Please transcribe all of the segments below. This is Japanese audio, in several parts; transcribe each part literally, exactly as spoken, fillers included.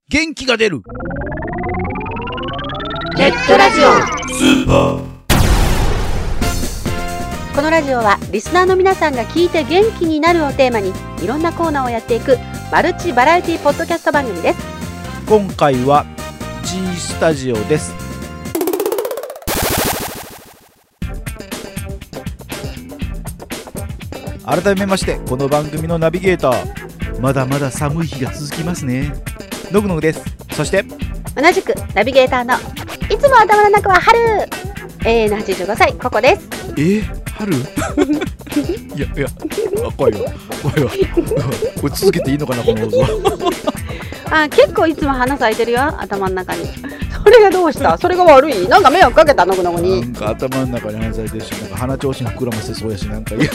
元気が出るネットラジオスーパー。 このラジオはリスナーの皆さんが聞いて元気になるをテーマにいろんなコーナーをやっていくマルチバラエティポッドキャスト番組です。 今回は G スタジオです。改めましてこの番組のナビゲーター、まだまだ寒い日が続きますね、のぐのぐです。そして同じくナビゲーターのいつも頭の中は春、永遠のはちじゅうごさいココです。 えー、春いやいや怖いわ怖いわこれ続けていいのかなこの放送あ、結構いつも花咲いてるよ頭の中に。それがどうした？それが悪い？なんか迷惑かけたのぐのぐに。 なんか頭の中に花咲いてるし、なんか鼻調子に膨らませそうやし、なんかいや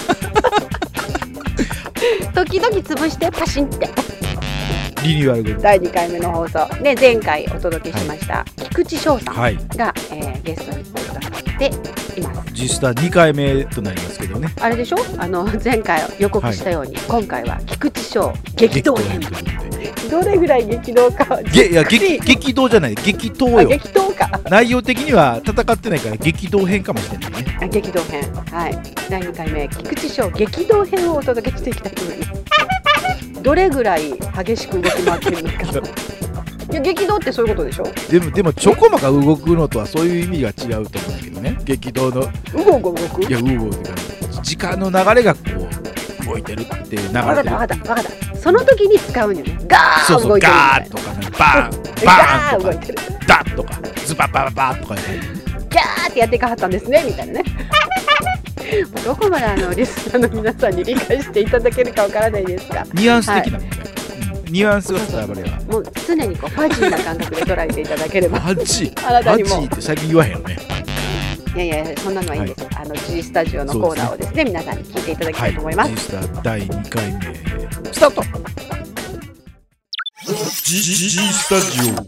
時々潰してパシンってリニューアルでだいにかいめの放送で前回お届けしました、はい、菊池翔さんが、はいえー、ゲストに来てくださっています。 実際にかいめとなりますけどね。 あれでしょ、あの前回予告したように、はい、今回は菊池翔激動編。どれぐらい激動かげいや 激, 激動じゃない激闘よ。 激闘か。 内容的には戦ってないから激動編かもしれないね。 あ、激動編、はい、だいにかいめ菊池翔激動編をお届けしていきたいと思いますどれぐらい激しく動き回っているのかいや激動ってそういうことでしょ。 でもでもチョコマが動くのとはそういう意味が違うと思うんだけどね。激動のうごうご動く。 いやうごうごってか時間の流れがこう動いてるっていう流れてる。分かった分かった分かった。その時に使うんよね。ガーそうそう動いてるみたいな。 ガーとかねバーンバーンとかダッとかズババババとか、ね、 ギャーってやっていかはったんですねみたいなねどこまであのリスナーの皆さんに理解していただけるかわからないですが、 ニュアンス的な問題、はいうん、ニュアンスが伝わればもう常にこうファジーな感覚で捉えていただければファジーあなたにもファジーって最近言わへんよね。 いやいやそんなのはいいんです、はい、あの G スタジオのコーナーをですね、皆さんに聞いていただきたいと思います、 はい、G スタだいにかいめスタート。 G, G スタジオ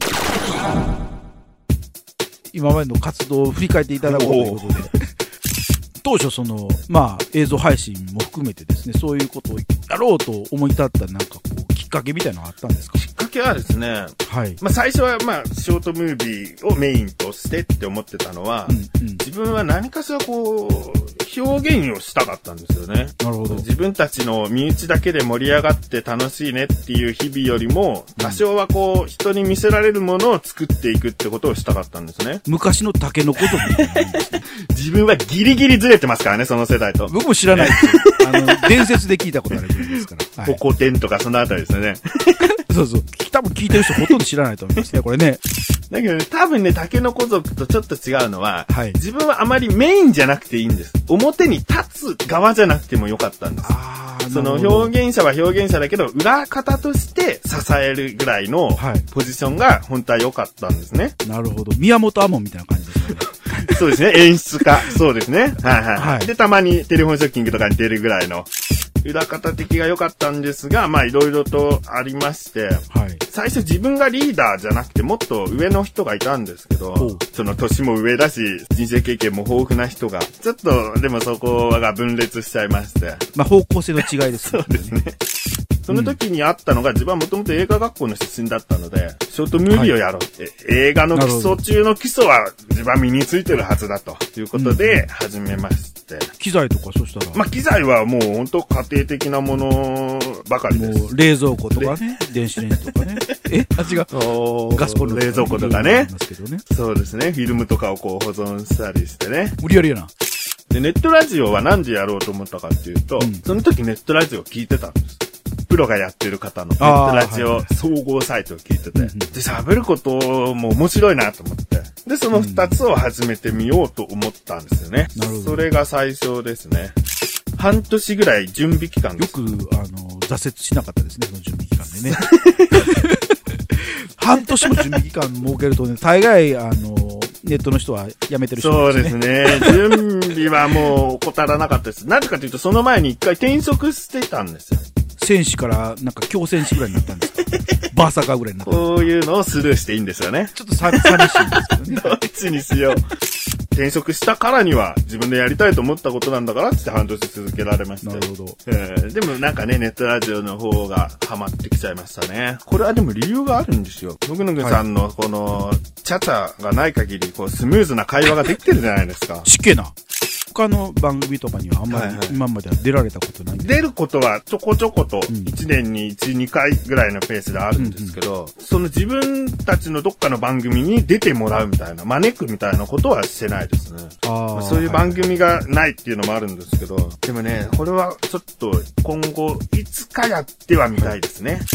今までの活動を振り返っていただこうということで当初そのまあ映像配信も含めてですね、そういうことをやろうと思い立ったなんかこうきっかけみたいなのがあったんですか？ きっかけはですね、 はい。 まあ最初はまあショートムービーをメインとしてって思ってたのは、うんうん、自分は何かしらこう表現をしたかったんですよね。 なるほど。 自分たちの身内だけで盛り上がって楽しいねっていう日々よりも、多少はこう人に見せられるものを作っていくってことをしたかったんですね。 昔のタケノコ族みたいな感じですね。 自分はギリギリずれてますからね、その世代と。 僕も知らないですよ。あの伝説で聞いたことあるんですから。 ポコテンとかそのあたりですよね。 そうそう。多分聞いてる人ほとんど知らないと思いますね、これね。 だけどね、多分ね、タケノコ族とちょっと違うのは、 はい、 自分はあまりメインじゃなくていいんです。表に立つ側じゃなくてもよかったんです。 あその表現者は表現者だけど、裏方として支えるぐらいのポジションが本当は良かったんですね。 なるほど。宮本亞門みたいな感じですね。 そうですね。演出家。そうですね。はいはい。はい、で、たまにテレフォンショッキングとかに出るぐらいの。裏方的が良かったんですが、まあいろいろとありまして、はい、最初自分がリーダーじゃなくてもっと上の人がいたんですけど、その年も上だし、人生経験も豊富な人が、ちょっとでもそこが分裂しちゃいまして。 まあ方向性の違いですね。 そうですね。その時にあったのが、自分はもともと映画学校の出身だったので、ショートムービーをやろうって、はい、映画の基礎中の基礎は自分は身についてるはずだということで始めまして。 機材とかそしたらまあ機材はもう本当家庭的なものばかりです。 もう冷蔵庫とかね、電子レンジとかね。えあ、違う。ガスコンロ冷蔵庫とかね。 ますけどね。 そうですね。フィルムとかをこう保存したりしてね。 無理やりやな。 で、ネットラジオはなんでやろうと思ったかっていうと、うん、その時ネットラジオを聞いてたんです。プロがやってる方のネットラジオ総合サイトを聞いてて、はい、で、喋ることも面白いなと思って、で、その二つを始めてみようと思ったんですよね。 なるほど。 それが最初ですね。半年ぐらい準備期間です。 よく、あの、挫折しなかったですね、その準備期間でね。半年も準備期間設けるとね、大概、あの、ネットの人は辞めてる人ですね。 そうですね。準備はもう怠らなかったです。なぜかというと、その前に一回転職してたんですよ。 戦士からなんか強戦士ぐらいになったんですか？バーサカーぐらいになった。 こういうのをスルーしていいんですよね。 ちょっと寂しいんですけどね。 どっちにしよう。 転職したからには自分でやりたいと思ったことなんだからって半年続けられました。 なるほど。 えー、でもなんかね、ネットラジオの方がハマってきちゃいましたね。これはでも理由があるんですよ。ぬぐぬぐさんのこの、チャチャがない限り、こう、スムーズな会話ができてるじゃないですか。 しっけな。他の番組とかにはあんまり今までは出られたことないんで、 出ることはちょこちょこといちねんにいち、にかいぐらいのペースであるんですけど、うんうん、その自分たちのどっかの番組に出てもらうみたいな、招くみたいなことはしてないですね。あ、まあ、そういう番組がないっていうのもあるんですけど、はい、でもね、これはちょっと今後いつかやってはみたいですね。はい、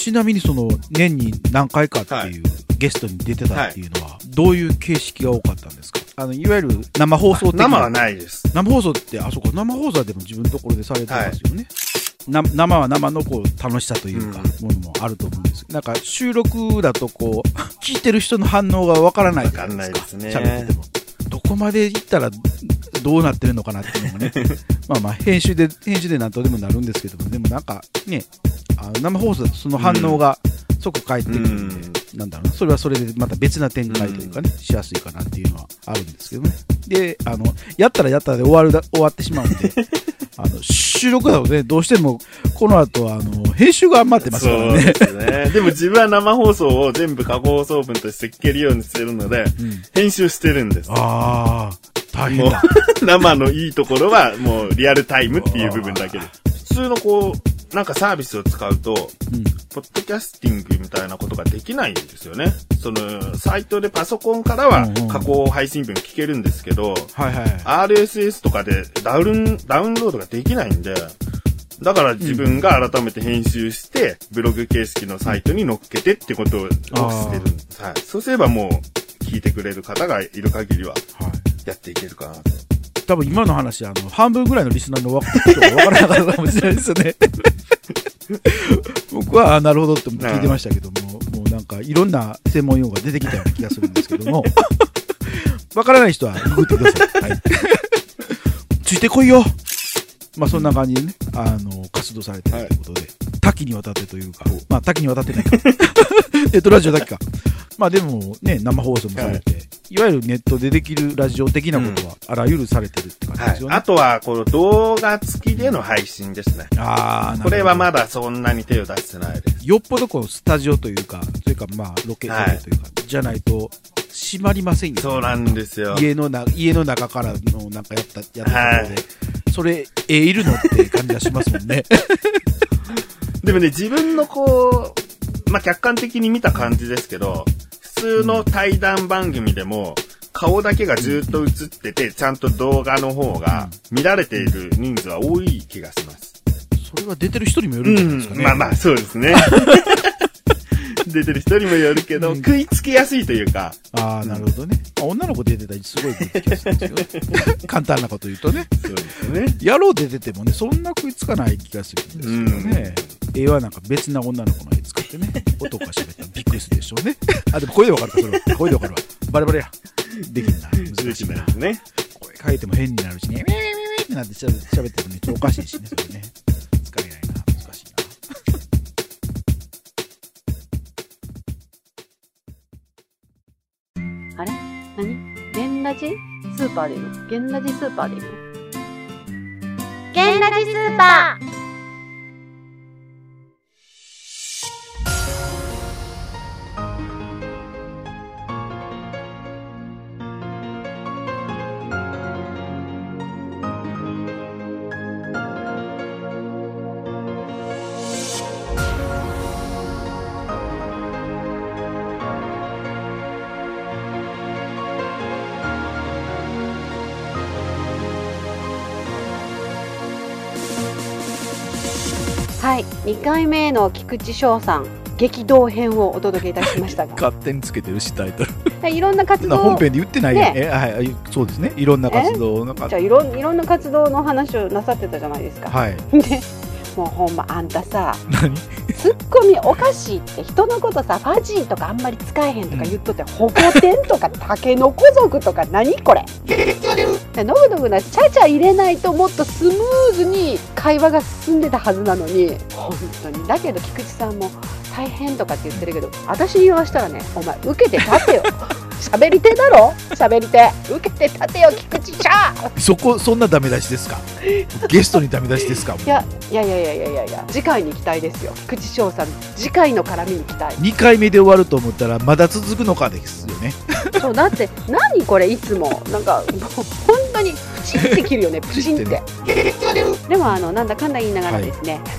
ちなみにその年に何回かっていうゲストに出てたっていうのはどういう形式が多かったんですか？あのいわゆる生放送的な。 生はないです。 生放送ってあそこ生放送でも自分のところでされてますよね。はい、生は生のこう楽しさというか、うん、ものもあると思うんですけど、なんか収録だとこう聞いてる人の反応がわからないじゃないですか。わかんないですね。喋っててもどこまでいったらどうなってるのかなっていうのもねまあまあ編集で編集でなんとでもなるんですけども、でもなんかね、あの生放送だとその反応が即返ってくるんで、うん、なんだろうな、それはそれでまた別な展開というかね、うん、しやすいかなっていうのはあるんですけどね。で、あのやったらやったらで終わるだ終わってしまうんであの収録だとね、どうしてもこの後あの編集が待ってますからね。 そうですね。でも自分は生放送を全部過去放送分として聞けるようにしてるので、うん、編集してるんです。 ああ、大変だ。 生のいいところはもうリアルタイムっていう部分だけです。普通のこうなんかサービスを使うと、うん、ポッドキャスティングみたいなことができないんですよね。そのサイトでパソコンからは加工配信分聞けるんですけど、はいはい、アールエスエス とかでダウンダウンロードができないんで、だから自分が改めて編集して、うん、ブログ形式のサイトに載っけてってことをしてるんです。はい。そうすればもう聞いてくれる方がいる限りはやっていけるかなと。 多分今の話、あの半分ぐらいのリスナーの人が分からなかったかもしれないですよね僕はなるほどって聞いてましたけども、もうなんかいろんな専門用語が出てきたような気がするんですけども分からない人はググってください、はい、ついてこいよ。まあそんな感じでね、あの活動されているということで、はい、多岐にわたってというか、まあ多岐にわたってないかネットラジオだけか、まあでもね、生放送もされて、はい、いわゆるネットでできるラジオ的なことはあらゆるされてるって感じですよね。 はい、あとはこの動画付きでの配信ですね。ああ、これはまだそんなに手を出してないです。 よっぽどこうスタジオというか、それかまあロケ、はい、ロケというかじゃないと閉まりませんよね。 そうなんですよ。 家のな家の中からのなんかやったやったところで。はい、それ、えー、いるのって感じがしますもんね。 でもね、自分のこう、まあ、客観的に見た感じですけど、普通の対談番組でも、顔だけがずっと映ってて、ちゃんと動画の方が見られている人数は多い気がします。 それは出てる人にもよるんじゃないですかね。 うん、まあまあ、そうですね。出てる人にもよるけど、うん、食いつきやすいというか。 ああ、なるほどね。うん、女の子出てたらすごい食いつきやすいんですよ。簡単なこと言うとね。そうですね。野郎出ててもね、そんな食いつかない気がするんですけどね。うん、絵はなんか別な女の子の絵作ってね、男が喋ったらびっくりするでしょうね。あ、でも声でわかるか、それは。声でわかるわ。バレバレや。できんな。難しいな。ね。声変えても変になるしね。ウィーウィーウィーってなって喋ってるのめっちゃおかしいしね、それね。使えないな。難しいな。 あれ何ゲンラジスーパーでいいの？ゲンラジスーパーでいいの？ゲンラジスーパーはい、にかいめの菊池翔さん激動編をお届けいたしましたが勝手につけてるしタイトルはい、いろんな活動本編で言ってないよね。え、はい、そうですね、いろんな活動のじゃあいろいろんな活動の話をなさってたじゃないですか。はい。でもうほんまあんたさ何ツッコミおかしいって人のことさファジーとかあんまり使えへんとか言っとって、うん、ホコ天とかタケノコ族とか何これのぐのぐなちゃちゃ入れないともっとスムーズに会話が進んでたはずなのに本当に。だけど菊池さんも大変とかって言ってるけど、私に言わしたらね、お前受けて立てよ喋り手だろ、喋り手。受けて立てよ菊池翔。 そこそんなダメ出しですか？ゲストにダメ出しですか？ いやいやいやいやいやいやいや、次回に期待ですよ。菊池翔さん、次回の絡みに期待。 にかいめで終わると思ったらまだ続くのかですよね。そうだって何これいつもなんかもう本当にプチって切るよね。プチンって。でもあのなんだかんだ言いながらですね。はい、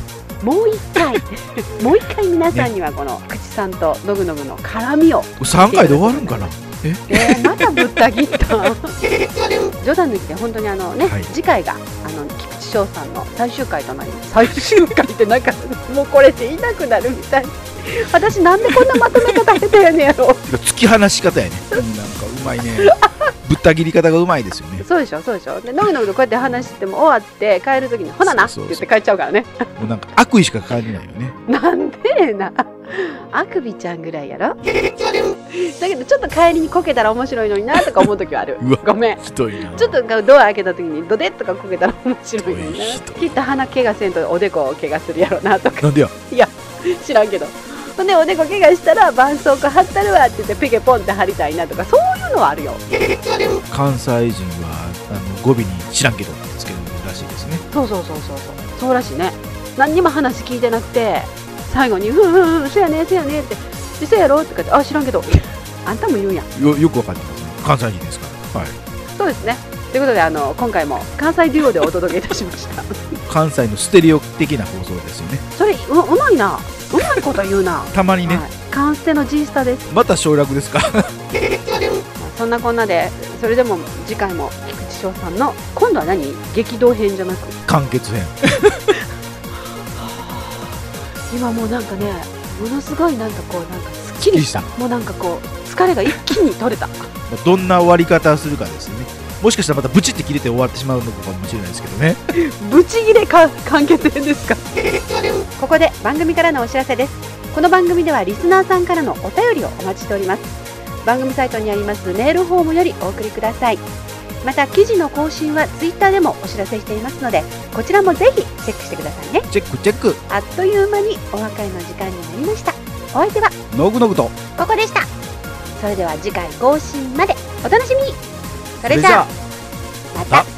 もう一回もう一回皆さんにはこの口さんとノグノグの絡みをさんかいで終わるんかな。 ええー、またぶった切った冗談抜きで本当にあのね、はい、次回があの菊池翔さんの最終回となります。最終回ってなんかもうこれでいなくなるみたい。私なんでこんなまとめ方下手やねんやろ。 突き放し方やね。なんかうまいね。ぶった切り方がうまいですよね。 そうでしょそうでしょ。でノグノグとこうやって話しても終わって帰るときにほななって言って帰っちゃうからね。 もうなんか悪意しか感じないよね。 なんでな。あくびちゃんぐらいやろ。だけどちょっと帰りにこけたら面白いのになとか思うときはある。ごめん。ひどいな。ちょっとドア開けたときにドデッとかこけたら面白いのにな。きっと鼻怪我せんとおでこを怪我するやろなとか。 なんでや。 いや知らんけど。ほんでおでこ怪我したら絆創膏貼ったるわって言ってペケポンって貼りたいなとかそういうのはあるよ。 関西人はあの語尾に知らんけどつけるらしいですね。 そうそうそうそうそうそうらしいね。何にも話聞いてなくて最後に「ふんふんふんそやねそやね」って「そやろ?」とかって「あ知らんけどあんたも言うんや」 よ, よくわかってますね。関西人ですから。はい。 そうですね。ということであの今回も関西デュオでお届けいたしました。 関西のステレオ的な放送ですよね。 それ う, うまいな。うまいこと言うな。 たまにね、はい、 関ステの G スタです。 また省略ですか。 そんなこんなでそれでも次回も菊池翔さんの今度は何激動編じゃなく完結編。 今もうなんかねものすごいなんかこうなんかすっきりした。もうなんかこう疲れが一気に取れた。 どんな終わり方をするかですよね。もしかしたらまたブチって切れて終わってしまうのかもしれないですけどね。 ブチ切れか完結編ですか。ここで番組からのお知らせです。この番組ではリスナーさんからのお便りをお待ちしております。番組サイトにありますメールフォームよりお送りください。また記事の更新はツイッターでもお知らせしていますのでこちらもぜひチェックしてくださいね。 チェックチェック。 あっという間にお別れの時間になりました。お相手はノグノグとここでした。それでは次回更新までお楽しみに。それじゃあまた。